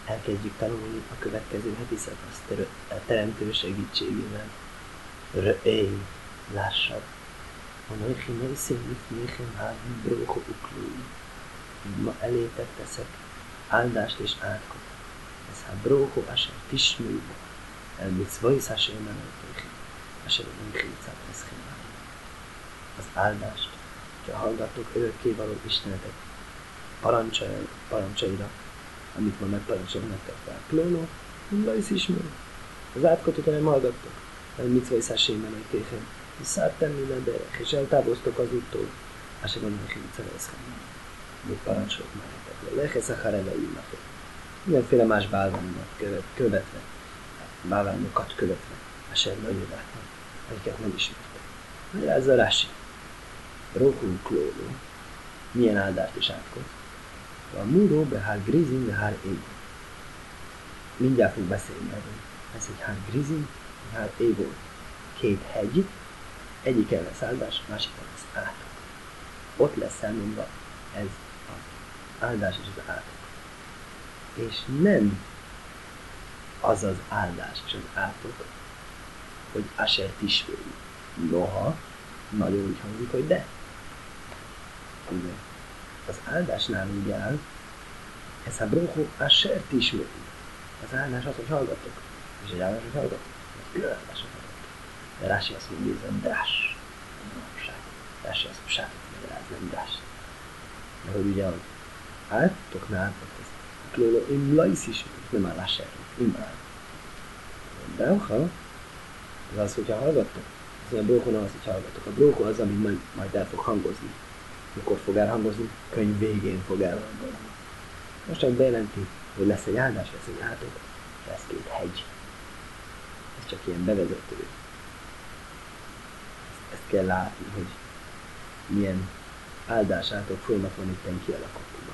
elkezdjük tanulni a következő heti szakaszt a teremtő segítségével. Röej, lássabb. Onoichi nészén ifnéhen hávim bróho uklói. Ma elétek teszek áldást és átkot. Ez ha bróho asher tismőjba. Elmitzvajsz asher menőtéchen. Asher önkécát eszchen. Az áldást, hogyha hallgattok örökkévaló Istenetek parancsaira, amit ma megparancsol nektek fel. Klónó, mindajsz ismerő. Az átkotot nem hallgattok, mert mit vagy szásémen egy téhen. Szártem minden derek, és eltávoztok az úttól. Ásem van neki szerezkem. Mit parancsolok már nektek. Lehesz a hareveimnak. Mindenféle más bálványokat követve. Ásem nagyon látnak, amiket nem ismertek. Magyarázza Rási. Rókú klónó. Milyen áldást is átkot. A múró behár grizin, behár égon. Mindjárt fog beszélni erről. Ez egy hár grizin, hár égon. Két hegy, egyiken lesz áldás, másiken lesz átok. Ott lesz elmondva ez az áldás és az átok. És nem az az áldás és az átok, hogy Asher Tismői. Noha, nagyon úgy hangzik, hogy de. Ugye, az áldásnál úgy áll, ez a bróhó Asher Tismői. Az áldás az, hogy hallgatok. És egy áldás, hogy hallgatok. Ez külön áldás, hogy hallgatok. De Rási azt mondja, hogy ez a drás. Rási azt sátot magyaráz, nem drás. Mert hogy ugye, hogy áltoknál, ez a klóló imlajsz is, nem áll Asher, imál. De az az, hogyha hallgattok. Ez a bróhó nem az, hogy hallgatok. A bróhó az, ami majd el fog hangozni. Mikor fog elhangozni? Könyv végén fog elhangozni. Most csak bejelenti, hogy lesz egy áldás, lesz egy átok, és lesz két hegy. Ez csak ilyen bevezető. Ezt kell látni, hogy milyen áldásátok folyamat van itten kialakulóban.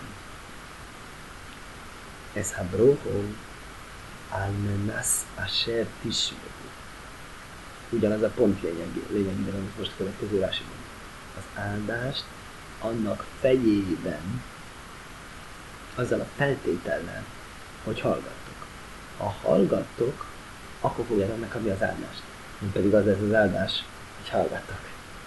Ez ha bróhó almenasz asher tismő. Ugyanaz a pont lényegében, amit most következő Rási mond. Az áldást annak fejében, azzal a feltétellel, hogy hallgattok. Ha hallgattok, akkor fogjátok megkapni az áldást. Mint pedig az lesz az áldás, hogy hallgattok.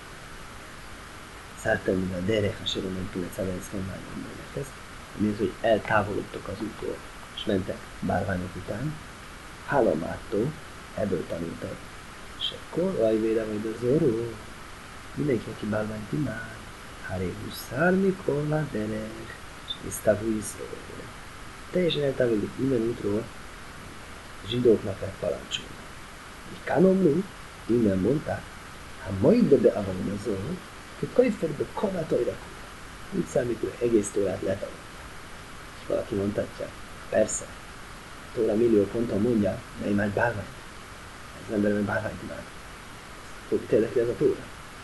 Szártam, a derek a soronon túl egy szavareszken vágyomban. Mi az, hogy eltávolodtok az útról, és mentek bálványok után. Hálomától, ebből tanultak. És akkor vajvéde vagy a zoró. Mindenki, aki bálványt imád. Háréhús szármikor a derek. Isztávúi szól. Teljesen eltávolodik minden útról, zsidóknak kell parancsolni. Kánomlú, innen mondták, ha majd be avalon az zól, hogy kajfekbe kanátajra úgy számít, hogy egész Tórát letanult. És valaki mondhatja, persze, a Tóra millió ponton mondja, de imád bálványt. Az ember meg bálványt imád. Tényleg ez a Tóra?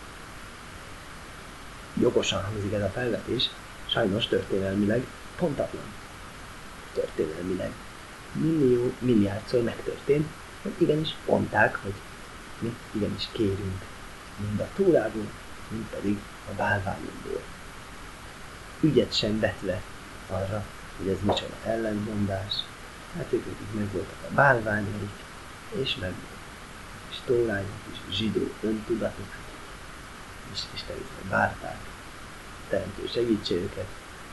Jogosan hangzik ez a felvetés, sajnos történelmileg pontatlan. Történelmileg milliárdszor megtörtént, hogy igenis mondták, hogy mi igenis kérünk mind a Tórából, mind pedig a bálványokból. Ügyet sem vetve arra, hogy ez micsoda ellentmondás, hát ők meg voltak a bálványaik, és meg és Tórájuk is zsidó öntudatuk, és Istenükre várták, teremtő segítse őket.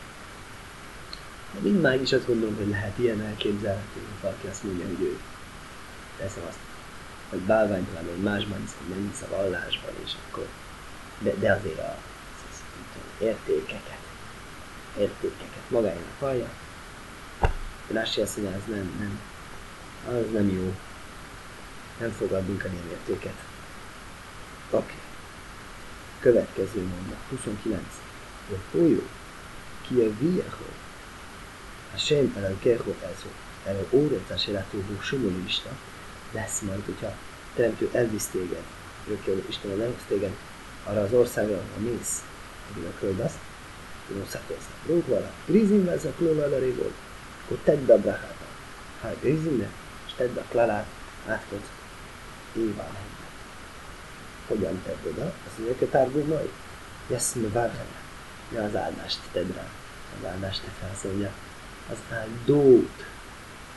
De mindmáig is azt gondolom, hogy lehet ilyen elképzelhető, hogy valaki azt mondja, hogy ő teszem azt, hogy bálványtalan, vagy másban hisz, hogy nem hisz a vallásban, és akkor, de azért értékeket magáénak vallja. Rási azt mondja, az nem jó. Nem fogadunk el ilyen értéket. Oké. Következő mondat, 29. Hogy ki a viaho, Hashem elkeho el órét a serátóból somolista, lesz majd, hogyha teremtő elvisz téged, örökkévaló Isten elvisz téged, arra az országra, ahol mész, hogy a köld azt, tudom szátolszak. Rókvala, grízinvel ez a klólalari volt, akkor tedd be a brachát. Ha grízinne, és tedd a klalát, átkod, éván helyben. Hogyan tedd oda? Azt mondja, hogy a tárgómai, jeszme várhelyre. Ja, az áldást tedd rá. Az áldást tedd rá, azt mondja, az áldót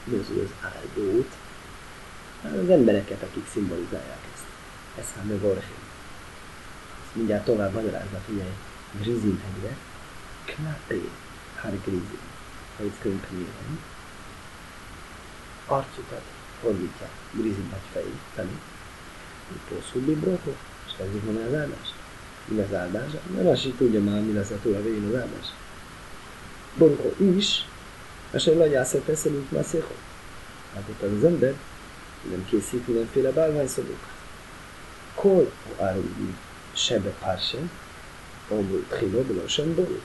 Mi az, hogy az áldót? Hát az embereket, akik szimbolizálják ezt. Ez hát mevorchim. Ezt mindjárt tovább magyarázza, figyelj. Grizim hegyre. Knapé. Har grizim. Ha itt könyvkönyvében. Arcukat fordítják Grizim hegy felé. Poszhubbi brokó. És kezdjük mondani az áldást. Mi az áldás? Mert azt így tudja már, mi lesz a tóra végén az áldás. Borukó is, esetleg lagyászat eszelünk már székhol. Hát ott az ember nem készít mindenféle bálványszobókat. Kol árulni sebe pársen, amúgy trilóban sem boruk.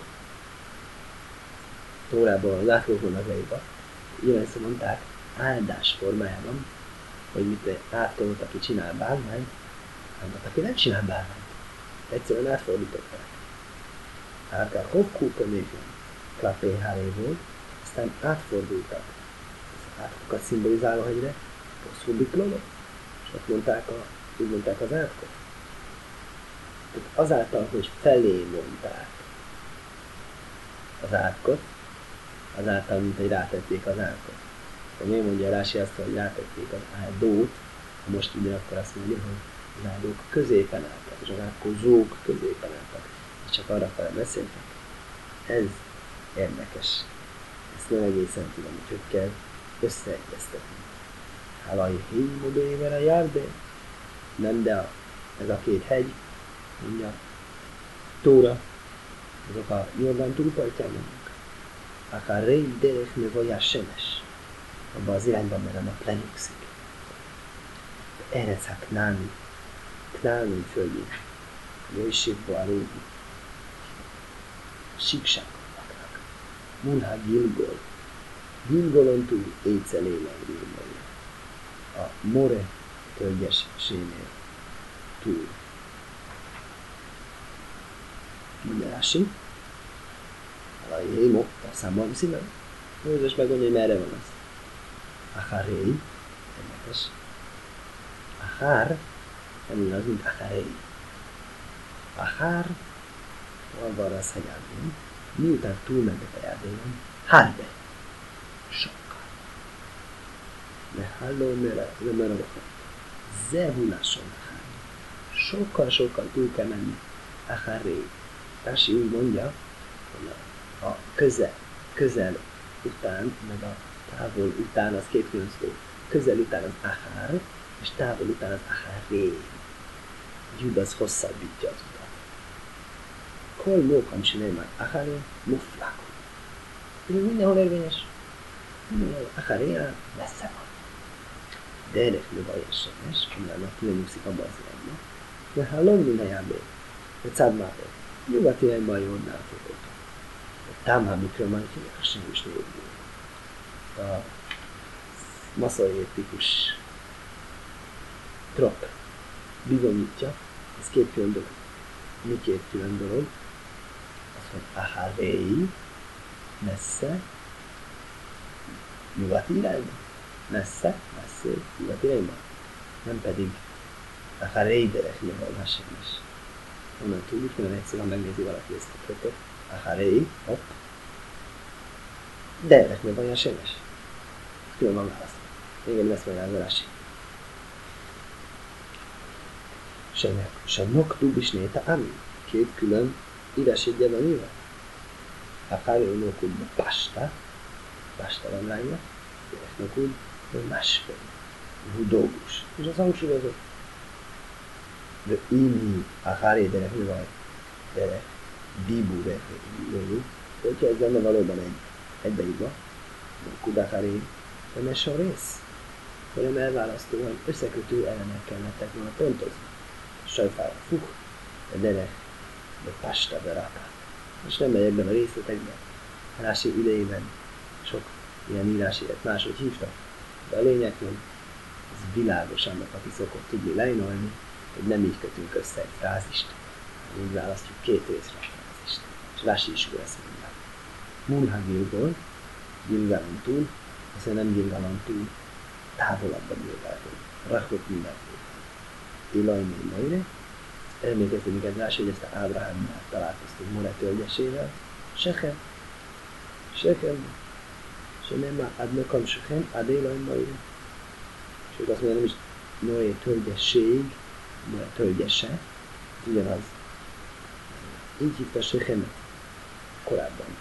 Tórában az átkozónak leírva, ilyenszor mondták áldás formájában, hogy mit átkozott, aki csinál bálványt, hát aki nem csinál bálványt. Egyszerűen átfordították. Árkár hokkúka néven klapé háré volt, aztán átfordultak. Az átkokat szimbolizáló hegyre, poszhubiklolok, és ott úgy mondták az átkot. Tehát azáltal, hogy felé mondták az átkot, azáltal, mint hogy rátették az átkot. De miért mondja Rási azt, hogy rátették az áldót, ha most ugyanakkor azt mondja, hogy az áldók középen álltak, és az átkozók középen álltak, és csak arra fel beszéltek. Ez érdekes. Ezt nem egészen tudom, hogy kell összeegyeztetni. Hálai hímodével a járdé. Nem, de ez a két hegy, mondja Tóra, azok a Jordán túlpartján vannak. Akár régy derek me vagy a semes. Abban az irányban, mert a nap lenyugszik. Erec ha Knáni földjén. Jöjjségbe aludni. Síkságok laknak. Munha Gilgol. Gilgolon túl éjszelélen Gilgolja. A More tölgyesénél túl. Mindenási. Alai hémo, a számban színen. Mózes megmondja, hogy merre van az. Acharéi, érdekes. Achár, nem az, mint acharéi. Achár, arra az hegyárdén, miután túlmentek a járdénon, hárbe. Sokkal. De halló, mert zehuláson achár. Sokkal túl kell menni. Acharéi. Rási úgy mondja, hogy a közel után, meg a távol után az két külön szó. Közel után az achár, és távol után az acharé. Jud az hosszabbítja az utat. Kol mókam sinélmán acharé, muflákon. Ez mindenhol érvényes. Mindenhol acharé-nál messze van. De ennek még olyan semes, aminek kilenyugszik abba az irányba. De hallom minden járdé, de cábmából. Nyugati irányban Jordán fordultak. Támhá mikről már sem is nézni. A maszai típus trap bizonyítja, ez két külön dolog. Mi két külön dolog? Az, hogy aharéi, messze, nyugati irányba. Messze, nyugati irányba. Nem pedig aharéi derek nyilván hasémes. Onnan tudjuk, nagyon egyszerűen megnézi valaki ezt a trapot. Aharéi, hopp. Derek meg olyan semes. Külön van választva. Igen, lesz meg Rási. Se noktub is néta ami. Két külön írásjegye van írva. Aharéi nokudba pasta. Pasta van rájma. Derek nokud, másfél. Hudógus. És az hangsúlyozott. De imi aharéi derek mi van? Derek. Dibu derek. Hogyha ez lenne valóban egybeírva, Kudakaré, nem ez a rész, hanem elválasztóan összekötő elemekkel lettek volna pontozni. Sajfára fuh, de derek, de pasta beraka. Most nem megyek bele a részletekbe. Rási idejében sok ilyen írásért máshogy hívtak, de a lényeg, hogy ez világos annak, aki szokott tudni lejnolni, hogy nem így kötünk össze egy frázist, így választjuk két részre a frázist. És Rási is ezt mondja. Munha Gilgol, Gilgalon túl, aztán nem Gilgalon túl, távolabb a Gilgaltól. Rachot mindenképpen. Ilajné Majre, emlékeztem minket Rási, hogy ezt a Ábrahámnál találkoztunk More tölgyesével. Sechem, שנאמר עד מקום שכם, עד אלוהים majd. Sőt, azt mondja, nem is Noé tölgyesség, Noé tölgyesse, ugyanaz. Így hívta Sechemet korábban.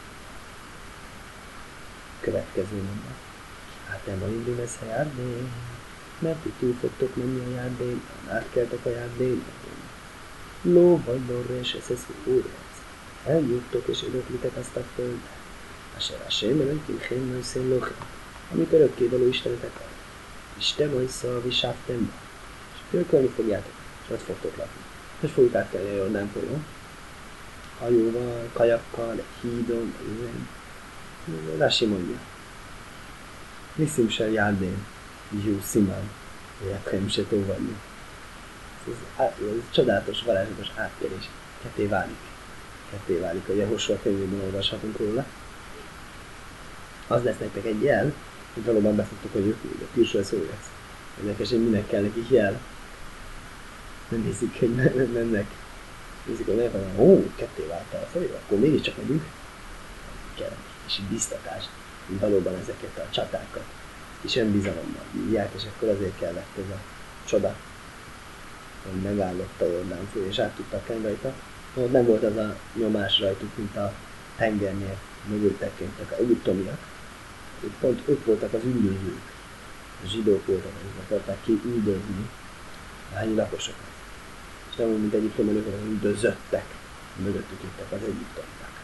Következő mondat. Hát nem a indul lesz a járdén, mert ti túl fogtok menni a járdén, átkeltek a járdén. Ló vagy lorra és ez úrhez. Eljuttok és öröklitek azt a földet. Asher Hashem Elohim Moisés Lochem, amit örökkévaló Istenetek ad. Isten Moisés visávtem, és örökölni fogjátok, és ott fogtok lakni. Most fogjuk átkelni a Jordán folyón. Hajóval, kajakkal, egy hídon, ilyen. Rashi mondja. Niszim se járdén, Jú Szimán, Jekhem se tóvadni. Ez csodálatos, varázslatos átkelés. Ketté válik. A Jehosua könyvében olvashatunk róla. Az lesz nektek egy jel, hogy valóban befogtok a jövőbe, a külső szólgatsz. Érdekes, hogy minek kell nekik jel. Nem nézik, hogy mennek. Nézik, hogy ketté váltál a folyó, akkor mégiscsak megyünk. Kell és biztatást, hogy valóban ezeket a csatákat és önbizalommal bírják, és akkor azért kellett ez a csoda, hogy megállott a Jordán folyó, és át tudtak kelni rajta. Nem volt az a nyomás rajtuk, mint a tengernél mögöttek a egyiptomiak. Pont ők voltak az üldözők. A zsidók voltak, akik akarták ki üldözni a helyi lakosokat. És nem úgy, mint Egyiptomban, ők üldözöttek. Mögöttük jöttek az egyiptomiak.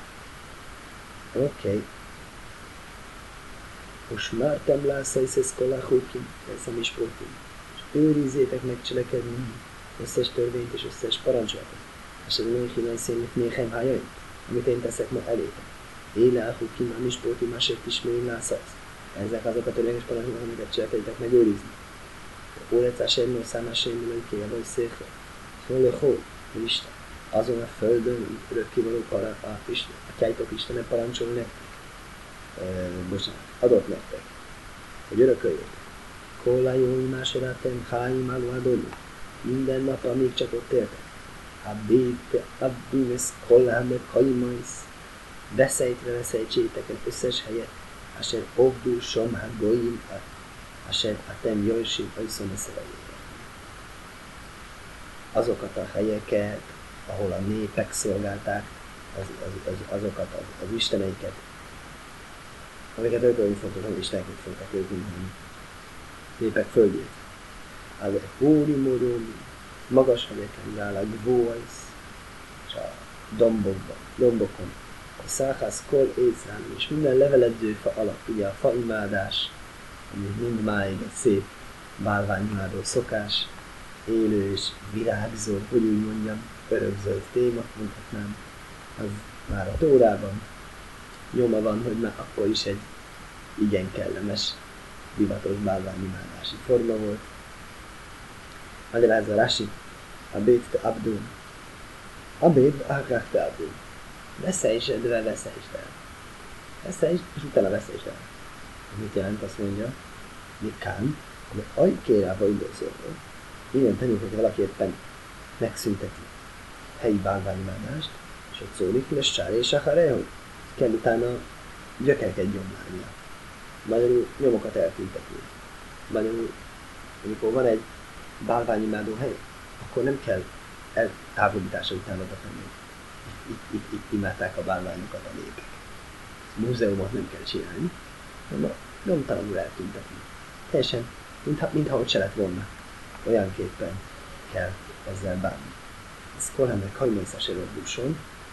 Oké. Usmártem lászaisz eszkolachókim, eszem is pótim. És őrizzétek meg cselekedni összes törvényt és összes parancsolatot. És ez olyan finanszírnak néhem hájaim, amit én teszek ma elétek. Éleáhukim, ám is pótim, másért ismerén lászaisz. Ezek azok a törvényes parancsolatok, amiket cselekedjetek meg őrizni. Órecás ennó számás ennó kéjjel vagy székre. Szóló, Isten. Azon a földön örökkévaló atyáitok Istene parancsol nektek. Adott nektek, hogy örököljétek. Kólájói másorátem, háim álvádolni. Minden nap, amíg csak ott éltek. Abdúvesz kollámet haimaisz. Veszejtsétek el összes helyet. Asher ovdú somhát goyim, asher atem jöjjsék ajszon eszeveljétek. Azokat a helyeket, ahol a népek szolgálták azokat az isteneiket, amiket örökölni fogtok, hogy isteneket fogtak ők minden népek földjét. Az egy hóri módon, magas hegyeken rá gvóajsz, és a dombokon, a száhász kol észrán, és minden leveledző fa alatt, ugye a faimádás, ami mind máig egy szép bálványimádó szokás, élő és virágzó, hogy úgy mondjam, örökzöld téma, mondhatnám, az már a Tórában nyoma van, hogy már akkor is egy igen kellemes, divatos bálványimádási forma volt. Magyarázza Rashi, Abéd te Abdul. Abéd Ágrák te Abdul. Veszejtsd el. Veszejtsd, és utána veszejtsd el. Mit jelent? Azt mondja, Mikán, hogy ajkérába üldözőről. Innen tanuljuk, hogy valaki éppen megszünteti helyi bálványimádást, és ott szólik, és csár és achareho. Kell utána gyökereket gyomlálnia. Magyarul nyomokat eltüntetni. Magyarul, amikor van egy bálványimádó hely, akkor nem kell eltávolítása után oda tenni. Itt imádták a bálványokat a népek. Múzeumot nem kell csinálni, hanem nyomtalanul eltüntetni. Teljesen, mintha ott se lett volna. Olyanképpen kell ezzel bánni. Ez korábban hajmaiszás előbbuson,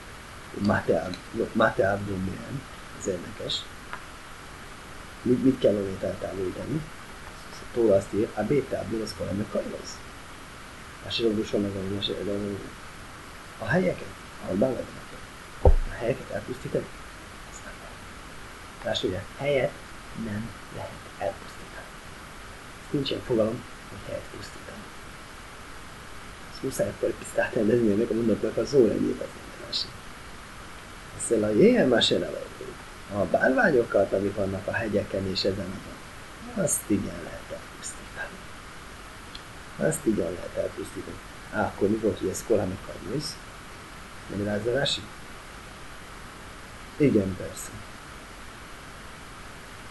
Máté Abdul milyen, ez érdekes. Mit kell onnél eltávolítani? A Tóra azt ír, a Béte Abdul az korábban hajmaisz. A sírobbuson meg a helyeket, ahol bánadnak, a helyeket elpusztítani, ezt nem lehet. Más ugye, helyet nem lehet elpusztítani. Ez nincs ilyen fogalom, hogy helyet pusztítani. Ezt muszáj akkor egy pisztát rendezni, ennek a mondatnak a szórendjét az nem másik. Ezzel a jéhen más elevajtó. A bálványokat, amik vannak a hegyeken és ezen azon, azt igen lehet elpusztítani. Azt igen lehet elpusztítani. Akkor mi volt, hogy ez korán akarnyújsz? Magyarázza Rashi? Igen, persze.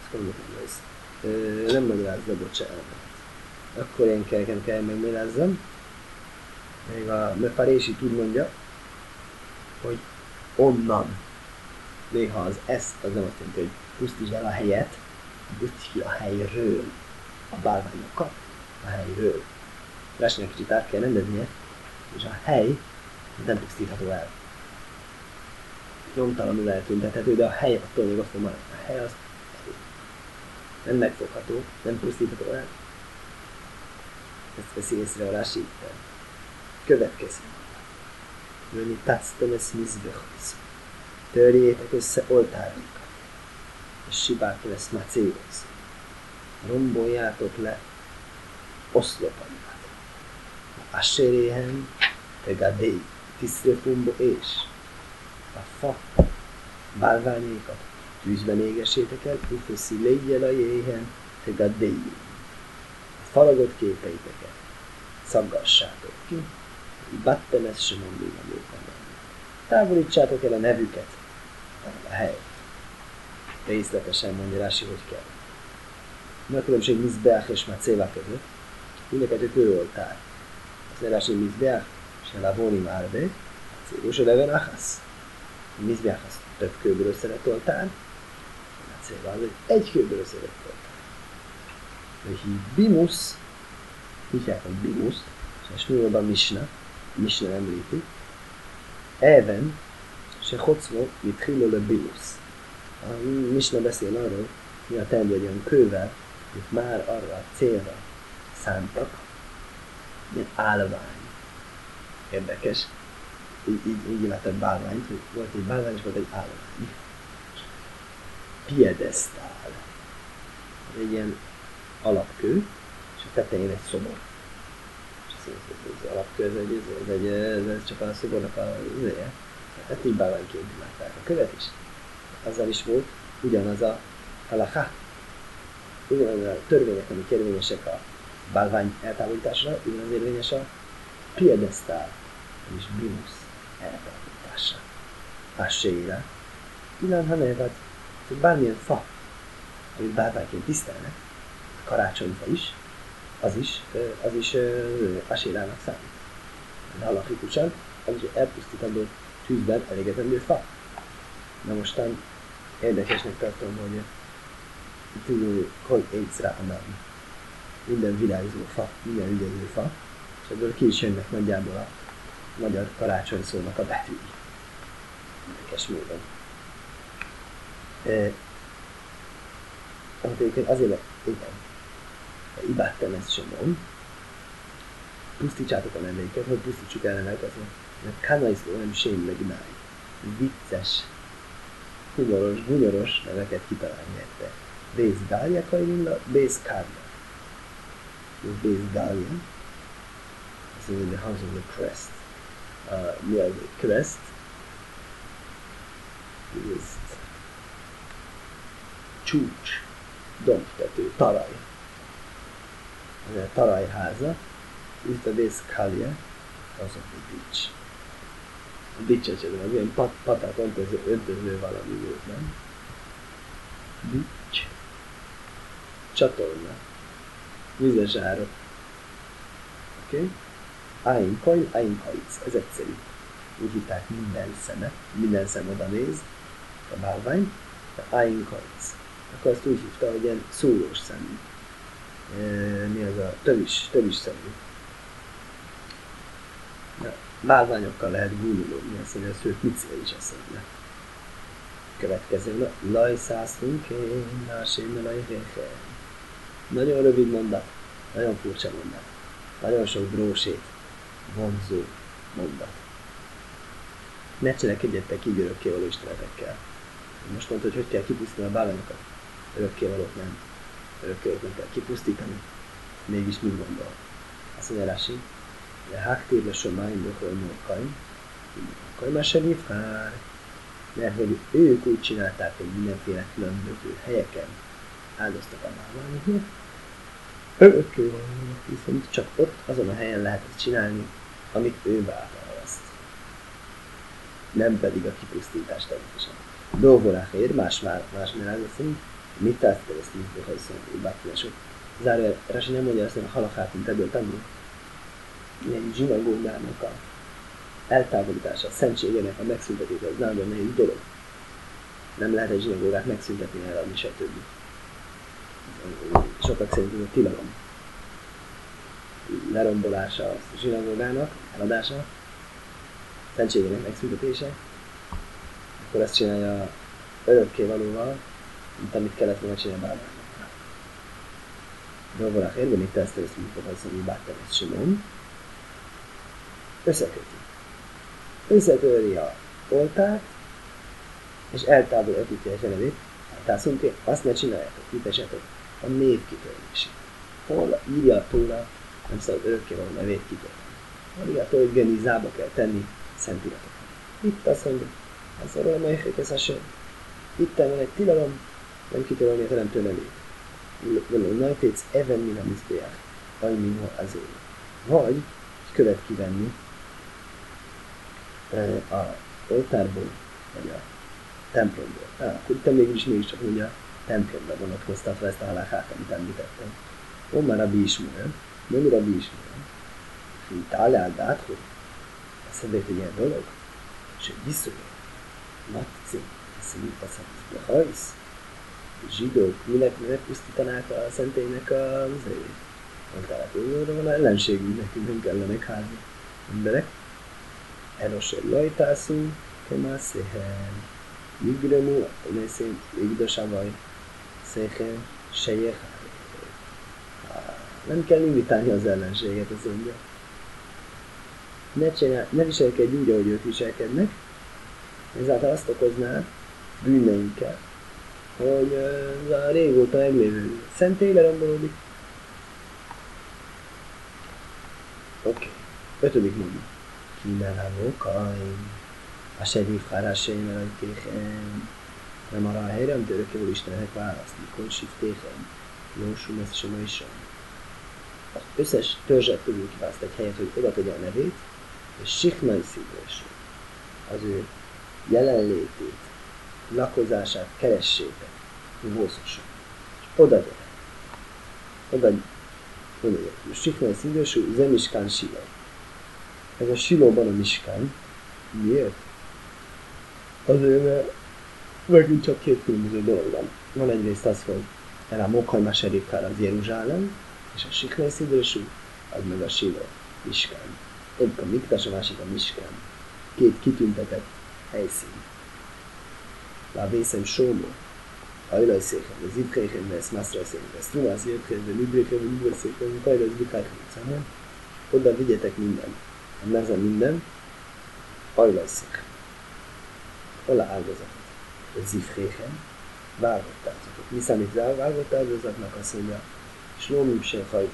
nem magyarázza, bocsánat. Akkor én kell megmagyarázzam. Még a Mefarési úgy mondja, hogy onnan. Néha az ezt, az nem azt jelenti, hogy pusztítsd el a helyet, pusztítsd ki a helyről a bálványokat, a helyről. Rásnyilván kicsit át kell rendeznie, és a hely nem pusztítható el. Nyomtalanul eltüntethető, de a hely attól még azt mondom, a hely az nem megfogható, nem pusztítható el. Ezt veszi észre a Rási. Következő. Mennyi táctenes mizbechhoz. Törjétek össze oltáraikat, és sibáki lesz macéhoz. Romboljátok le oszlopaikat. Aseréhen tegadéi, tisztrefumbo és a fa bálványékat tűzben égessétek el, ufoszi légyel a jéhen tegadéi. A falagott képeiteket szaggassátok ki, battenes sem mondjuk a mókan. Távolítsátok el a nevüket a helyet. Részletesen mondja Rási, hogy kell. Mi a különbség Mizbeach és Macéva között? Mindenkettő kőoltár. Az Rási Mizbeach, se lavoni márbe, Macéva se leven achasz. A Mizbeach az több kőből összerett oltár, Macéva az egy kőből összerett oltár. Hogy bimusz, hívják, hogy bimusz, és nyilván Misna említi, Even, se hocmo, mit hillol a bimusz. A Misna beszél arról, mi a teendő egy olyan kővel, amit már arra a célra szántak, ilyen állvány. Érdekes. Így láttak bálványt, hogy volt egy bálvány és volt egy állvány. Piedesztál. Egy ilyen alapkő, és a tetején egy szobor. Az alapkő, ez csak a szobornak az ideje. Hát így bálványként látták a követ is. Azzal is volt ugyanaz a halakha, ugyanaz a törvények, amik érvényesek a bálvány eltávolításra, ugyanaz érvényes a piedesztál, és bimusz eltávolítása. Asséra. Ilan hanevad, bármilyen fa, amit bálványként tisztelnek, a karácsonyfa is, az is asérának számít. De halakikusan, az is elpusztítandó tűzben elégetendő fa. Na mostan érdekesnek tartom, hogy tudjuk, hogy éjsz rá a nem. Minden virágzó fa, minden ügyező fa, és ebből ki is jönnek nagyjából a magyar karácsony szónak a betűi. Érdekes módon. Azért, igen, ibádtam ezt sem mond, pusztítsátok a neveiket, hogy pusztítsuk el neveket, mert kanaiszó nem sémlegnáj, vicces, hunyoros neveket kitalálni érte. Bész Gália Kairilla, Bész Kárja. Bész Gália, azt mondja, the house of the crest. Mi az a crest? Csúcs, dombtető, taraj. Ez a tarajháza, itt a Bész Kália, az a dics. A dicsecseden, az ilyen patát öntöző valami volt, nem? Dics. Csatorna. Vizes árok. Oké? Áinkajl, áinkajc. Ez egyszerű. Úgy hitták minden szem oda néz, a bálvány. Áinkajc. Akkor azt úgy hívta, hogy ilyen szúrós szemű. Mi az a tövis szemű. Bálványokkal lehet gúnyolódni, azt mondja, a szőt micél is azt mondja. Következő, lajszászunk én, násémmel lajhéhe. Nagyon rövid mondat, nagyon furcsa mondat. Nagyon sok drósét, vonzó mondat. Ne cselekedjetek így örökkévaló istenetekkel. Most mondtad, hogy kell kipusztítani a bálványokat. Örökkévalót nem. Örökkévalót nem kell kipusztítani. Mégis mit gondol? Azt mondja Rási, de hágtér le somáim, bökről mókaim, akkor már se nívhár. Mert hogy ők úgy csinálták, hogy mindenféle különböző helyeken áldoztak a bálványoknak, örökkévalónak, viszont csak ott, azon a helyen lehet ezt csinálni, amit ő választ. Nem pedig a kipusztítás természetesen. Dolgoráfér, más magyarázat szerint, Mit tettél ezt így, ha hiszem, bátyások? Zárja, Rasi nem mondja azt, hogy a halakát, mint ebből tanulunk. Ilyen zsinagógának a eltávolítása, a szentségének a megszüntetése, ez nagyon nehéz dolog. Nem lehet egy zsinagógát megszüntetni, eladni, stb. Sokak szerint ez a tilalom. Lerombolása a zsinagógának, eladása, szentségének megszüntetése, akkor ezt csinálja örökkévalóval, mint amit kellett volna csinálni bármánynak. Dolgolák érben itt ezt mikor az, hogy báttam ezt Simon. Összetöri a oltárt, és eltávolítja a zsenevét. Tehát szintén azt ne csináljátok, mit esetek a név kitörlését. Hol írja a Tóra, nem szabad örökkévaló nevét kitörni. Hol írja a Tóra, hogy genizába kell tenni szent iratokat. Itt azt mondja, az arról a majhékesz a sör. Itt van egy tilalom, nem kitörölni a teremtő nevét. Valami najtéc even min a mizbeach, ajminho azért. Vagy követ kivenni a oltárból, vagy a templomból. Akkor itt mégiscsak mondja a templomra vonatkoztatva ezt a halakát, amit említettem. Omar Rabbi Ismael, mondja Rabbi Ismael, hogy talál dáthoz, azt mondja, hogy ilyen dolog, és hogy viszont, matci, azt mondja, hogy a hajsz, zsidók minek pusztítanák a szentélynek a muzejét. Mondták, hogy van ellenségünk, nekünk nem kellenek házi emberek. Eloser lajtászunk, kemászéhen, migremu, nézén, igdasavaj, széhen, sejek. Nem kell invitálni az ellenséget, az mondja. Ne viselkedj úgy, ahogy ők viselkednek, ezáltal azt okozná bűneinkkel, hogy a régóta meglévő szentély lerombolódik. Oké. 5. mondat. Kimelávó kaim. A sedív hárásén rajtéhen. Nem arra a helyre, amit örökkévaló Istennek választ. Mikor siftéhen. Jósul ezt sem is sem. Az összes törzset közül kiválaszt egy helyet, hogy oda tegye a nevét, és sichmai szívős. Az ő jelenlétét, lakozását keressétek, vószosan. És oda gyere. Oda gyere. Sichmai szívősű, zemiskán Siló. Ez a Silóban a miskán. Miért? Azért, mert megint csak 2 különböző dolog van. Van egyrészt az, hogy el a Mokhajma Serifkár az Jeruzsálem, és a Sichmai szívősű, az meg a Siló, miskán. Egyik a Miktas, a másik a miskán. 2 kitüntetett helyszín. Lávészem Sómó, Ajlajszéken, az Ivkéken, ez Mászrajszéken, ez Trumászéken, ez Libréken, ez Librészéken, ez Ajlajsz Bikáken, oda vigyetek minden. A nezen minden, Ajlajszéken. Ola áldozatot. Ez Ivkéken, vágott áldozatot. Mi számít vágott áldozatnak, azt mondja, Slómim se hajdu.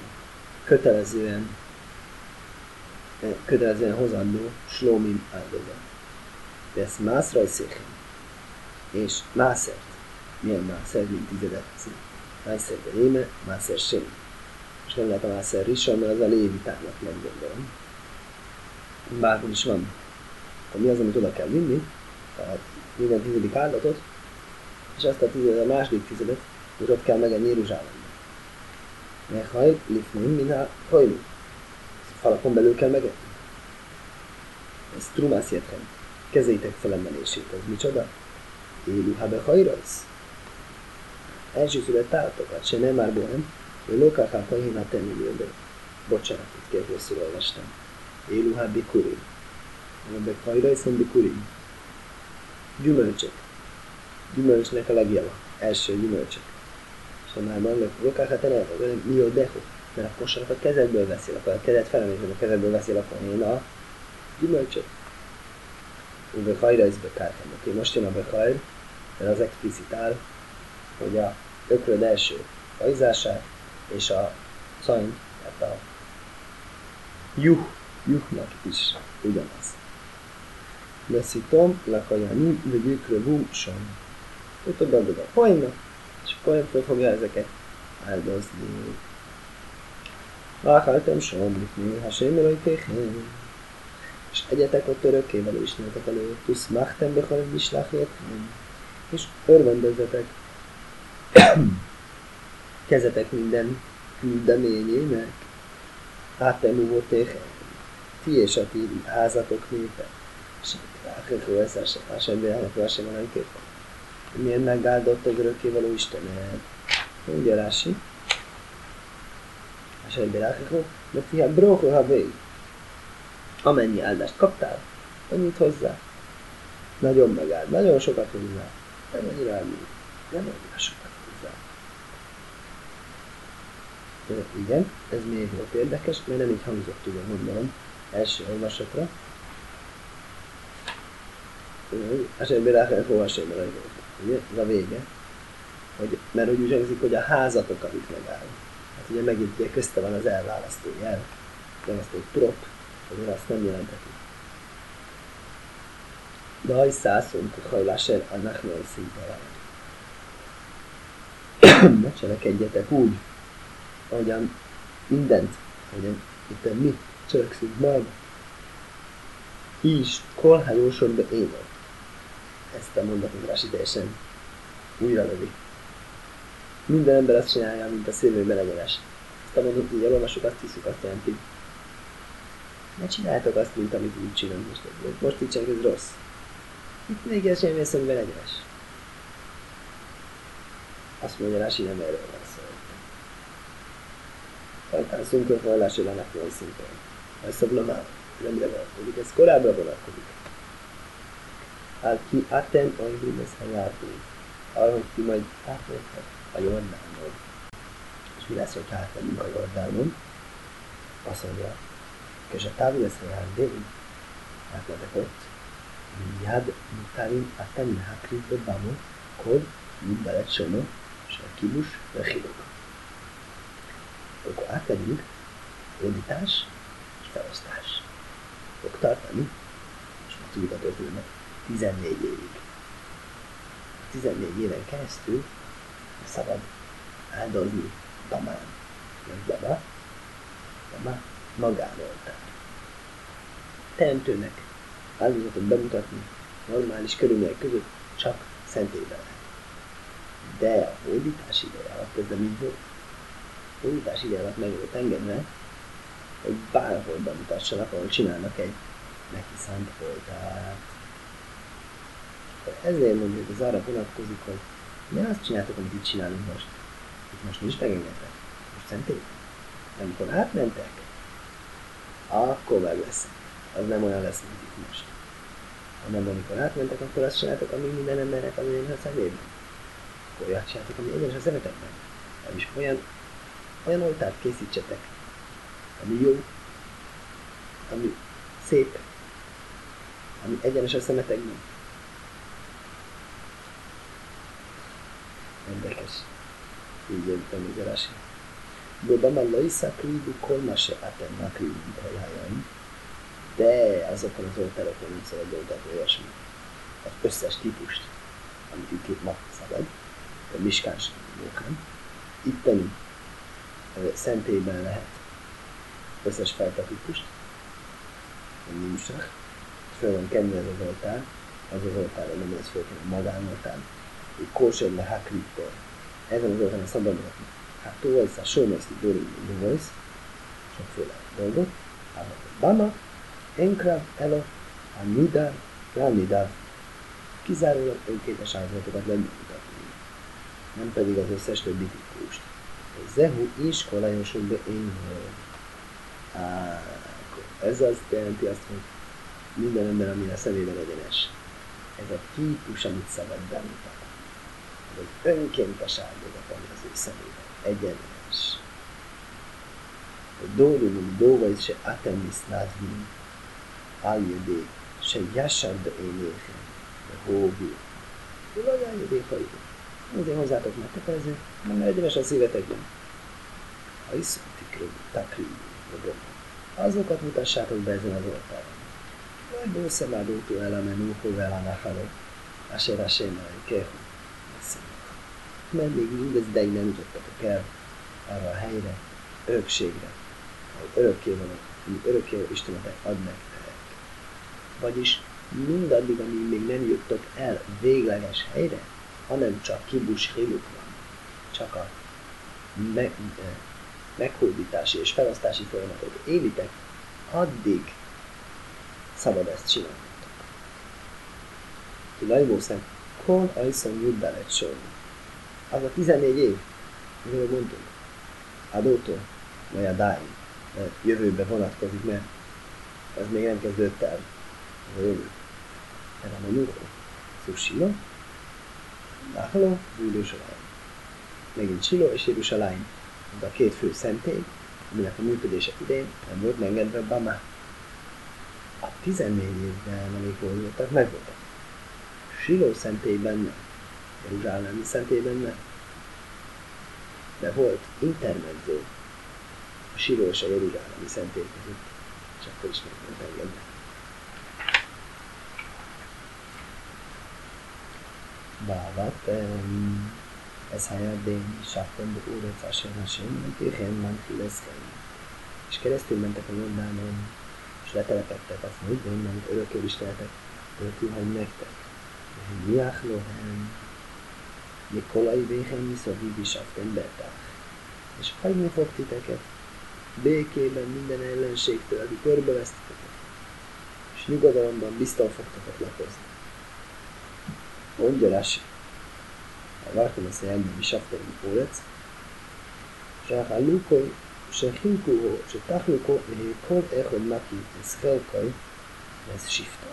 Kötelezően hozandó Slómim áldozat. De ez Mászrajszéken. És mászert. Milyen mászer, mint tizedet? Mászer de réme, mászer sem. És nem lehet a mászer risa, mert az a lévitának meggondolom. Bárhol is van. Mi az, amit oda kell vinni? Tehát minden 10. áldatot, és azt a második tizedet, hogy ott kell megenni Jeruzsálemben. Mert hajl, lifném, minha hajlú. Falakon belül kell megenni. Ez trumász jethen. Kezeitek felemelését. Ez micsoda? Éluha behajrajsz. Elsőszülött állatokat, se nem már bohem, hogy lokákál kajhénál tenni. Bocsánatot kell, rosszul olvastam. Éluha bikurim. Behajrajsz, nem bikurim. Gyümölcsök. Gyümölcsnek a legjava. Első gyümölcsök. És már mondok, lokákál tenni, mi a deho. Mert a kosarat a kezedből veszik, akkor a kezed felemelésben a kezedből veszik, akkor én a gyümölcsök. Behajrajsz bekárhem. Oké, most jön a behajr, mert az explicitál, hogy a ökröd első hajzását és a szajn, tehát a juhnak is ugyanaz. Leszítom, lakajani, vagy ökrövú, som. Ott a dagod a hajnak, és akkor föl fogja ezeket áldozni. Vágáltam som, lifni, ha sémelajtéhen. És egyetek ott örökkévaló Istenetek előtt, tusz máhtem behajr, vislák értem. És örvendezzetek Kezetek minden küldeményének, átemúvóték, ti és a ti házatok népe, és rákekről eszes, ásemberának vásémalanként. Milyen megáldott az örökkévaló Istenet? Mondja Rási. Ásemberákekről, mert fiát brókol, ha vég. Amennyi áldást kaptál, annyit hozzá. Nagyon megáld, nagyon sokat hozzá. Nem annyira elmúlt, nem annyira sokat hozzá. Igen, ez miért volt érdekes, mert nem így hangzott, ugye gondolom, első olvasatra. Esetben rá kell olvasni, ugye, ez a vége. Mert úgy hangzik, hogy a házatok, amit megáll. Hát ugye megint ugye közte van az elválasztó jel, nem azt egy prop, hogy azt nem jelenteti. De ha is szászunk, hogy hajlásel, annak nem szinte ne cselekedjetek úgy, ahogyan mindent, ahogyan itt mi cselekszünk majd. Is, kolhájósodba én. Ezt a mondatot Rási teljesen újra lövi. Minden ember azt csinálja, mint a szélvőben egyenes. Ezt a mondatot így elolvasok, azt hiszük, azt jelenti. Ne csináljátok azt, mint amit úgy csinálunk most. Most így csak ez rossz. Itt még ez sem szemben egyenes. Azt mondja Rási, nem erről van szó. Hajtán szunkönyvhajlásra annak van szintén. Ez szablamál. Nemre vonatkozik, ez korábbra vonatkozik. Hát ki áten olyan lesz a jártunk. Arra, hogy ki majd átmentek a Jordánon. És mi lesz, hogy átmenünk a Jordánon? Azt mondja, és a távol lesz a járdén. Átmentek ott. Miad mutarim áten hákrítbe bámol, kod, mit belet sono, és a kibus, a hírok. Akkor átmegyünk, hódítás és felosztás. Fog tartani, és már tudjuk a történet, 14 évig. 14 éven keresztül szabad áldozni Bamán. Nem Baba magánoltár. Teremtőnek áldozatot bemutatni normális körülmények között csak szentélyben lehet. De a hódítás ideje alatt ez nem így volt. A hódítás ideje alatt meg volt engedve, hogy bárhol bemutassanak, ahol csinálnak egy neki szánt oltárt. Ezért mondjuk, hogy ez arra vonatkozik, hogy ne azt csináltok, amit itt csinálunk most. Itt most nincs megengedve. Most szentély. Amikor átmentek, akkor meg lesz. Az nem olyan lesz, mint itt most. Hanem amikor átmentek, akkor azt csináltok, ami minden embernek az egyenes a szemében. Akkor olyat csináltok, ami egyenes a szemetekben. És olyan oltárt készítsetek, ami jó, ami szép, ami egyenes a szemetekben. Érdekes. Így értem az Rási. Bőben la iszakridu kolmase átennak rívunk hajhájaim, de azokon az oltárokon nem szabad dolgozni olyasmi. Az összes típust, amit itt ma szabad, a miskás mókán, itteni szentélyben lehet összes fajta típust, a nimsach, föl van kenve ez az oltár, az oltár, nem lesz fölkenve a magánoltár, egy kóser le hakrittól. Ezen az oltáron szabadulhatni. Hát tóvajsz, a sómeszti dórim, dóvajsz, sokféle dolgot, a Bama, Enkrav, Elo, a Nidar, Ránidar, kizárólag önkéntes áldozatokat nem mutatni, nem pedig az összes többi típust. Zehu is kolajosokba én ez azt jelenti azt, hogy minden ember, ami a szemében egyenes. Ez a típus, amit szabad bemutatni. Ez az önkéntes áldozat, ami az ő szemében egyenes. Dórinum dóvajt se atemis nádvin, áljödé, se jássárda énéken, de hóvi. Vagy áljödé hajtó. Azért hozzátok meg kötelező, nem egyenes a szívetekben. A iszontikről, takrí, azokat mutassátok be ezen az oltáron. Vagy bószemádótól elemenú, hovelánáháló, asera sémai kehu. Mert még mindez ideig nem jutottatok el arra a helyre, örökségre, ahol örökké Istenetek ad nektek. Vagyis mindaddig, amíg még nem juttok el végleges helyre, hanem csak kibus héluk van. csak a meghódítási és felosztási folyamatot élitek, addig szabad ezt csinálni. Lajmószem, kol ajszon jubbelet sorni. Az a 14 év, amiről mondtunk, adótól, vagy a dáim, jövőbe vonatkozik, mert az még nem kezdődött el. Ez a jövő. Erre a nyúló. Silo, Náhaló, Jeruzsálem. Megint Silo és Jeruzsálem. Ez a két fő szentély, aminek a működése idején nem volt megengedve Bama. A 14 évben, amik voltak, megvoltak. Silo szentélyben nem. Jeruzsálemi szentélyben nem. De volt intermezzo a Silo és a Jeruzsálemi szentély között, és akkor is meg volt engedve. Vávat, ez helyedén sáttem beúracás jelenségben, térhelyen Manchileszhelyen. És keresztül mentek a Jordánon, és letelepettek, azt mondja, hogy onnan örökkél is tehetek, örökül hagy nektek. Miáchlohem, Nikolai Véhen Miszoviv is Aftenbertach. És hagyni fog titeket békében minden ellenségtől, aki körbevesz titeket. És nyugodalomban bizton fogtok lakozni. Mondja Rashi, a Varkonasz a jelben is Aftenbertach Pólec, שהחלוקו, שחילקו, שתחלוקו, כל אחד מקי, ez חלקוי, ez shifta.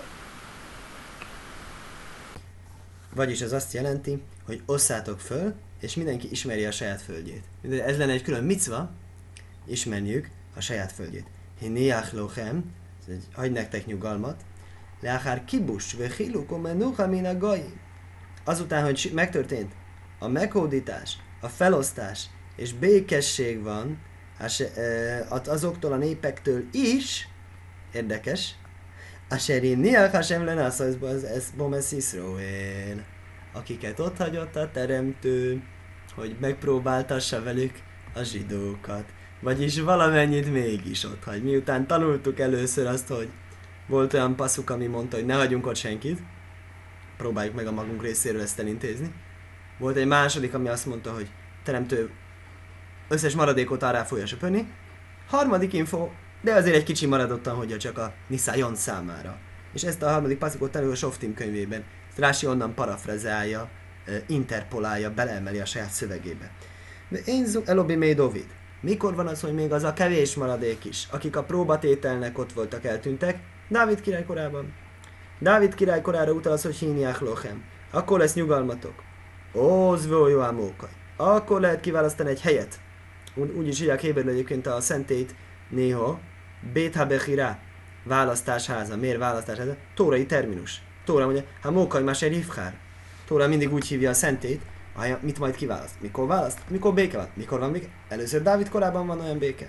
Vagyis ez azt jelenti, hogy osszátok föl, és mindenki ismeri a saját földjét. Ez lenne egy külön micva, ismerniük a saját földjét. Hiniach lochem, hagy nektek nyugalmat, leachár kibus, ve chiluko menucha min a gai. Azután, hogy megtörtént a meghódítás, a felosztás, és békesség van azoktól a népektől is, érdekes, Aseri niach Hashem lenászó ez bomesz Iszrael, akiket ott hagyott a teremtő, hogy megpróbáltassa velük a zsidókat. Vagyis valamennyit mégis ott hagy. Miután tanultuk először azt, hogy volt olyan passzuk, ami mondta, hogy ne hagyjunk ott senkit, próbáljuk meg a magunk részéről ezt elintézni. Volt egy második, ami azt mondta, hogy teremtő összes maradékot arra fogja söpörni. Harmadik info, de azért egy kicsi maradottan, hogy csak a Nisayon számára. És ezt a harmadik passzukot tanul a Softim könyvében. Ezt Rási onnan parafrazálja, interpolálja, beleemeli a saját szövegébe. De én Elobi mély Dovid. Mikor van az, hogy még az a kevés maradék is, akik a próbatételnek ott voltak, eltűntek? Dávid király korában. Dávid király korára utal az, hogy híniach lochem. Akkor lesz nyugalmatok. Ózvó Joámókaj. Akkor lehet kiválasztani egy helyet. Úgy is írják héberül egyébként a szentét néha. Bét habechirá. Választásháza. Miért választásháza? Tórai terminus. Tóra mondja, ha mókaj más egy hívhár. Tóra mindig úgy hívja a szentét, mit majd kiválaszt. Mikor választ? Mikor béke van? Mikor van béke? Először Dávid korában van olyan béke.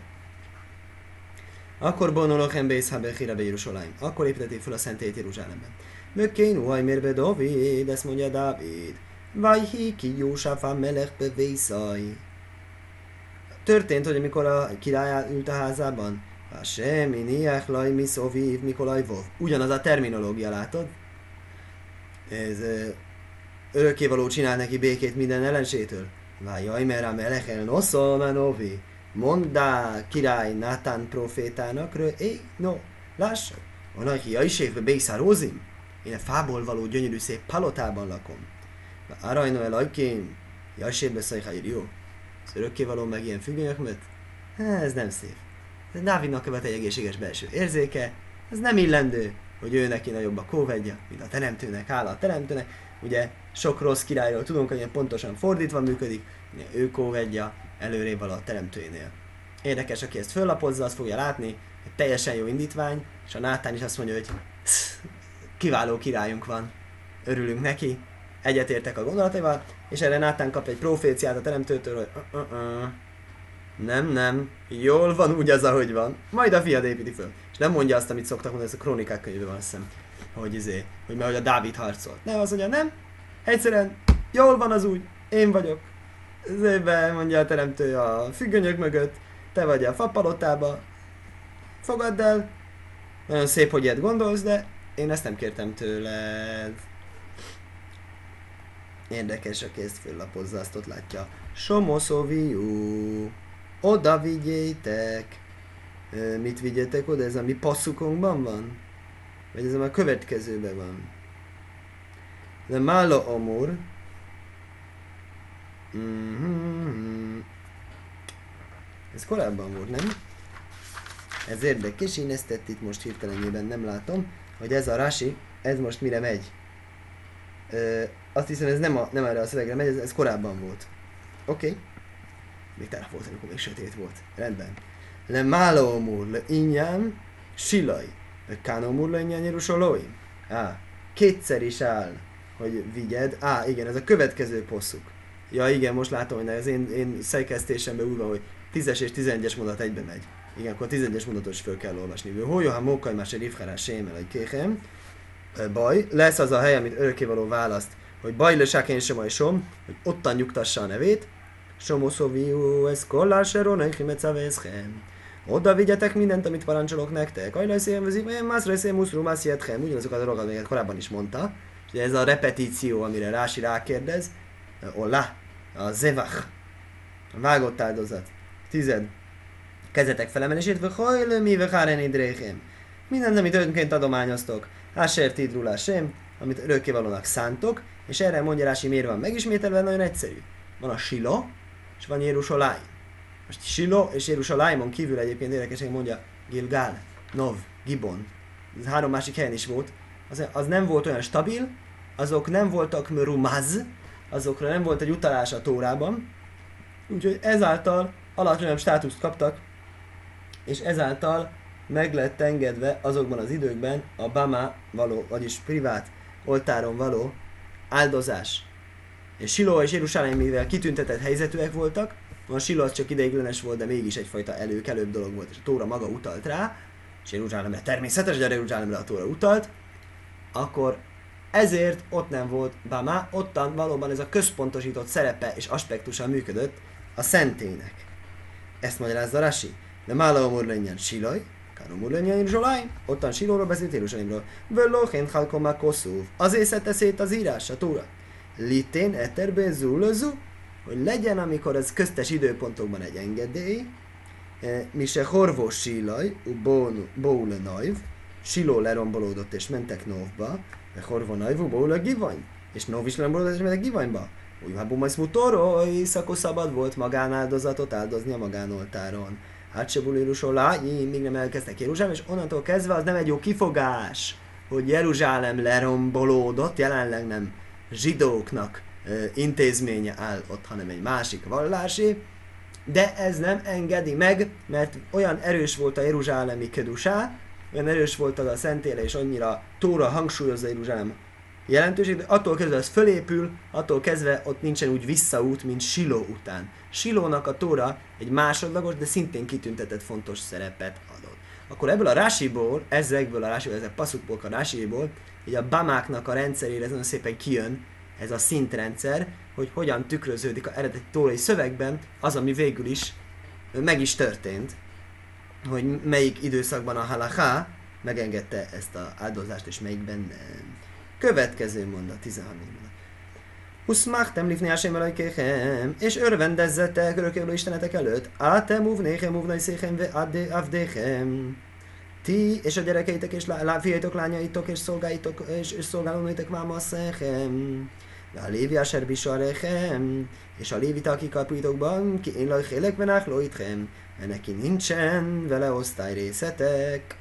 Akkor bonolochem bész habechirá be Jeruzsálem. Akkor építették fel a szentét Jeruzsálemben. Mökkén uajmérbe David, ezt mondja Dávid. Vajhi ki Jósafá melech bevészaj. Történt, hogy amikor a király ült a házában, Hashem, iniach laj, miszovív, Mikolaj vov. Ugyanaz a terminológia, látod? Ez örökkévaló csinál neki békét minden ellenségtől. Vájjaj, mert a melechel noszolmanovi. Mondá király Nátán profétának, no, lássad, van aki jajsévbe bészárózim. Én a fából való gyönyörű szép palotában lakom. Arajno elajkém, jajsévbe szajhájr, jó? Az örökkévaló meg ilyen függönyök mögött? Ez nem szép. Dávidnak követ egy egészséges belső érzéke, ez nem illendő, hogy ő neki nagyobb a kóvedja, mint a teremtőnek, hála a teremtőnek. Ugye sok rossz királyról tudunk, hogy pontosan fordítva működik, ugye ő kóvedja előrébb vala a teremtőjénél. Érdekes, aki ezt föllapozza, azt fogja látni, hogy teljesen jó indítvány, és a Nátán is azt mondja, hogy kiváló királyunk van, örülünk neki, egyetértek a gondolataival, és erre Nátán kap egy proféciát a teremtőtől, hogy nem, jól van úgy az, ahogy van, majd a fiad építi föl. És nem mondja azt, amit szoktak mondani, ez a Krónikák könyvében van, azt hiszem, hogy mert a Dávid harcolt. Nem, azt mondja, nem, egyszerűen jól van az úgy, én vagyok. Ezért mondja a teremtő a függönyök mögött, te vagy a fapalotába, fogadd el, nagyon szép, hogy ilyet gondolsz, de én ezt nem kértem tőled. Érdekes, aki ezt föllapozza, azt ott látja. Somoszoviú. Oda vigyétek. Mit vigyétek oda? Ez a mi passzukunkban van? Vagy ez a következőben van? De Mála Amur. Ez korábban volt, nem? Ez érdekes, én ezt itt most hirtelenjében nem látom, hogy ez a Rashi, ez most mire megy. Azt hiszem, ez nem erre a szövegre megy, ez korábban volt. Oké. Még tele volt, amikor még sötét volt. Rendben. Le Mála Amur, le Inyan, Silaj. Le Kánomur, le Inyan Jerusalóim. Kétszer is áll, hogy vigyed. Igen, ez a következő posszuk. Ja igen, most látom, hogy az én szerkesztésemben úgy van, hogy 10-es és 11-es mondat egybe megy. Igen, akkor a 11-es mondatot is föl kell olvasni. Hója, ha mókaj, más egy rifhárás sémel, egy kéhem. Baj, lesz az a hely, amit örökkévaló választ, hogy baj le sákén sem som, hogy ottan nyugtassa a nevét. Somoszóviú, ez kollár seron, echimecavészhem. Oda vigyetek mindent, amit parancsolok nektek. Ajlajszém, mászrajszém, muszrú, mászjethem. Ugyanazokat a dolgokat még korábban is mondta. És ez a repetíció, amire Rási rákérdez. Olá, a zevach, a vágott áldozat. 10. Kezetek felemelését, vagy hajlő mi, vagy háren idréhém. Mindent, amit önként adományoztok. Hásért idrulás sem, amit örökkévalónak szántok, és erre mondja Rási, miért van megismételve, nagyon egyszerű. Van a Silo, és van Jeruzsálim. Most Silo és Jeruzsálimon kívül egyébként érdekesen mondja Gilgál, Nov, Gibon. Ez 3 másik helyen is volt. Az nem volt olyan stabil, azok nem voltak merumaz, azokra nem volt egy utalás a Tórában, úgyhogy ezáltal alacsonyabb státuszt kaptak, és ezáltal meg lett engedve azokban az időkben a Bama való, vagyis privát oltáron való áldozás. És Siló és Jeruzsálem, mivel kitüntetett helyzetűek voltak, a Siló az csak ideiglenes volt, de mégis egyfajta előkelőbb dolog volt, és a Tóra maga utalt rá, és Jeruzsálemre természetes, hogy a Jeruzsálemre a Tóra utalt, akkor ezért ott nem volt Bama, ottan valóban ez a központosított szerepe és aspektusa működött a szentélynek. Ezt magyarázza Rashi. De Mála Amur legyen Silaj, Kánomur legyen Jeruzsálem, ottan Silóról beszélt Jeruzsálemről. Völlóként halkomá koszúv. Azért szedte szét az írás, a Tóra. Litén eterbe zulözú, hogy legyen, amikor ez köztes időpontokban egy engedély, mi se horvos Silaj, Bóle Najv, Siló lerombolódott és mentek Novba, de horvo Najvú, Bóle Givany, és Nov is lerombolódott és mentek Givanyba. Úgy hát Bumajsz Mutoró, éjszakos szabad volt magánáldozatot áldozni a magánoltáron. Hát se Jeruzsálem, még nem elkezdtek Jeruzsálem, és onnantól kezdve az nem egy jó kifogás, hogy Jeruzsálem lerombolódott, jelenleg nem zsidóknak intézménye áll ott, hanem egy másik vallási, de ez nem engedi meg, mert olyan erős volt a jeruzsálemi kedusá, olyan erős volt az a szentélye, és annyira Tóra hangsúlyozza Jeruzsálem jelentőség, de attól kezdve ez fölépül, attól kezdve ott nincsen úgy visszaút, mint Siló után. Silónak a Tóra egy másodlagos, de szintén kitüntetett fontos szerepet adott. Akkor ebből a Ráshiból, ezekből a Ráshiból, ezek passzukból a Ráshiból, így a Bamáknak a rendszerére nagyon szépen kijön ez a szintrendszer, hogy hogyan tükröződik az eredeti tórai szövegben az, ami végül is meg is történt, hogy melyik időszakban a halaká megengedte ezt az áldozást, és melyikben nem. Következő mondat, 13. mondat. Huszmachtem lifni Hashem elajkéchem, és örvendezzetek örökkévaló istenetek előtt, átem uvnéchem uvnajszéchem ve avdéchem. Ti és a gyerekeitek és fiaitok, lányaitok és szolgáitok és szolgálónőitek mámaszechem. De a lévi aser bisarechem, és a lévita, akik a pulytokban, ki én lajhélek venachlóitchem, mert neki nincsen vele osztály részetek.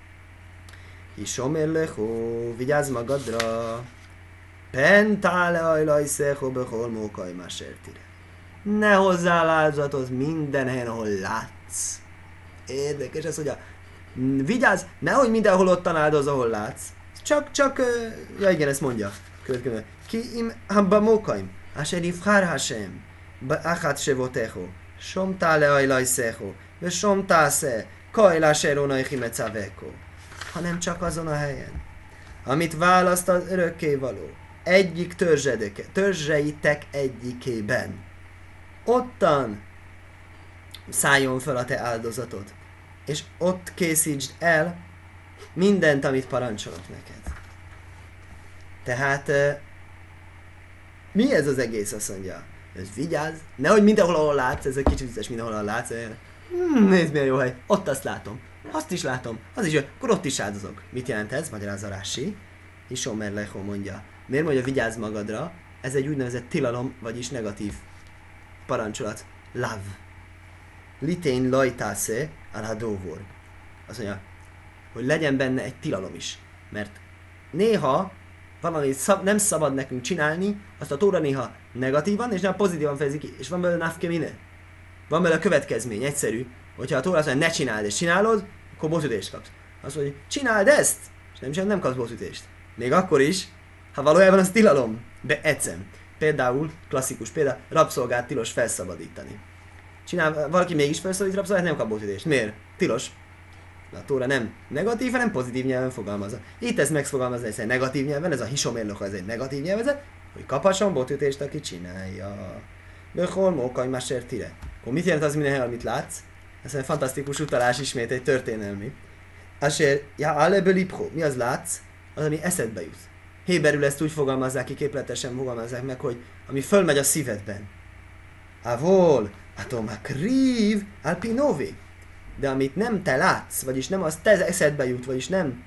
Isomer lechó, vigyázz magadra, pentále ajlajszechó behol mókaj másertire. Ne hozzál áldozatot minden helyen, ahol látsz. Érdekes ez, hogy vigyázz, nehogy mindenhol ottan áldoz, ahol látsz. Ja igen, ezt mondja. Következő. Ki im habba mókaim, asher yivchar Hashem, achat shevotecho, shom tale ajlajszecho, ve shom tase, kajla seronaichi mecaveko. Hanem csak azon a helyen, amit választ az örökkévaló, egyik törzseitek egyikében. Ottan szálljon fel a te áldozatod, és ott készítsd el mindent, amit parancsolok neked. Tehát Mi ez az egész, azt mondja. Ez vigyázz, nehogy mindenhol, ahol látsz, ez egy kicsit vicces, mindenhol, ahol látsz. Nézd, milyen jó hely, ott azt látom. Azt is látom, az is jó, akkor ott is áldozok. Mit jelent ez? Magyarázza Rási. Isomer Lecho mondja. Miért mondja vigyázz magadra? Ez egy úgynevezett tilalom, vagyis negatív parancsolat. Lav. Litén lajtásze al-hadóvor. Azt mondja, hogy legyen benne egy tilalom is. Mert néha valamit nem szabad nekünk csinálni, azt a Tóra néha negatívan és nem pozitívan fejezi ki. És van belőle nafkemine. Van belőle a következmény, egyszerű. Hogyha a Tóra azt mondja, ne csináld és csinálod, akkor bosszútést kapsz. Azt mondja, csináld ezt, és nem kapsz bosszútést. Még akkor is, ha valójában az tilalom. De ecem. Például, klasszikus példa, rabszolgát tilos felszabadítani. Valaki mégis felszabadít rabszolgát, nem kap bosszútést. Miért? Tilos. De a Tóra nem negatív, hanem pozitív nyelven fogalmazza. Itt ez megfogalmazza, ez egy negatív nyelven, ez a hisomérloka, ez egy negatív nyelvezet, hogy kaphasson bosszútést, aki csinálja. Böhol, mókaj, másér, tire. Akkor mit jelent az minden hely, amit látsz? Ez egy fantasztikus utalás ismét, egy történelmi. Asér, ja, aleből ipho. Mi az látsz? Az, ami eszedbe jut. Héberül ezt úgy fogalmazzák ki, képletesen fogalmazzák meg, hogy ami fölmegy a szívedben. Avol, atomakrív, alpinovi. De amit nem te látsz, vagyis nem az te eszedbe jut, vagyis nem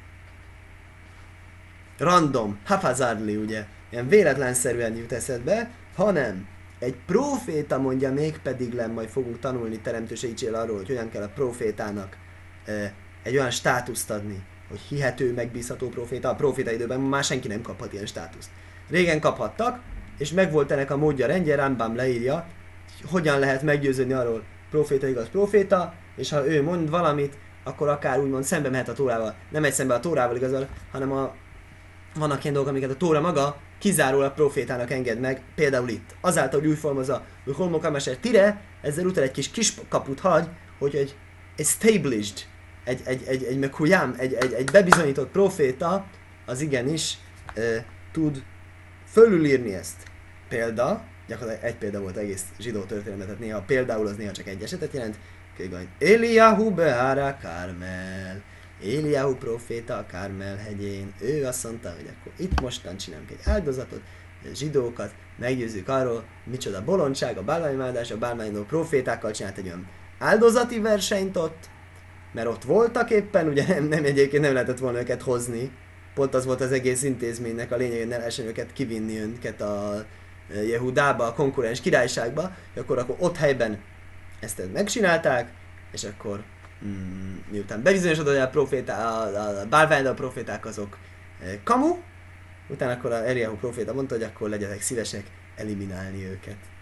random, haphazardly, ugye, ilyen véletlenszerűen jut eszedbe, hanem egy próféta mondja, mégpedig majd fogunk tanulni Teremtő segítségével arról, hogy hogyan kell a prófétának egy olyan státuszt adni, hogy hihető, megbízható próféta. A próféta időben már senki nem kaphat ilyen státuszt. Régen kaphattak, és megvolt ennek a módja, rendje, Rambam leírja, hogyan lehet meggyőződni arról, próféta igaz próféta, és ha ő mond valamit, akkor akár úgymond szembe mehet a Tórával. Nem egy szembe a Tórával igazol, hanem vannak ilyen dolgok, amiket a Tóra maga kizárólag profétának enged meg, például itt. Azáltal, hogy úgy formozza, hogy holmokameser tire, ezzel utána egy kis kaput hagy, hogy egy established, egy meghujám, egy bebizonyított proféta, az igenis tud fölülírni ezt. Példa, gyakorlatilag egy példa volt egész zsidó történetben, tehát néha például az néha csak egy esetet jelent. Eliyahu Beára Kármel. Eliyahu proféta a Kármel hegyén. Ő azt mondta, hogy akkor itt mostan csinálunk egy áldozatot, a zsidókat meggyőzzük arról, micsoda bolondság, a bálványimádás, a bálványimádó profétákkal csinált egy olyan áldozati versenyt ott, mert ott voltak éppen, ugye nem egyébként nem lehetett volna őket hozni. Pont az volt az egész intézménynek a lényeg, hogy ne lehessen őket kivinni őket a Jehudába, a konkurens királyságba, és akkor ott helyben ezt megcsinálták, és akkor miután bebizonyosodott, hogy a bálványimádó proféták azok kamu, utána akkor a Eliyahu proféta mondta, hogy akkor legyetek szívesek eliminálni őket.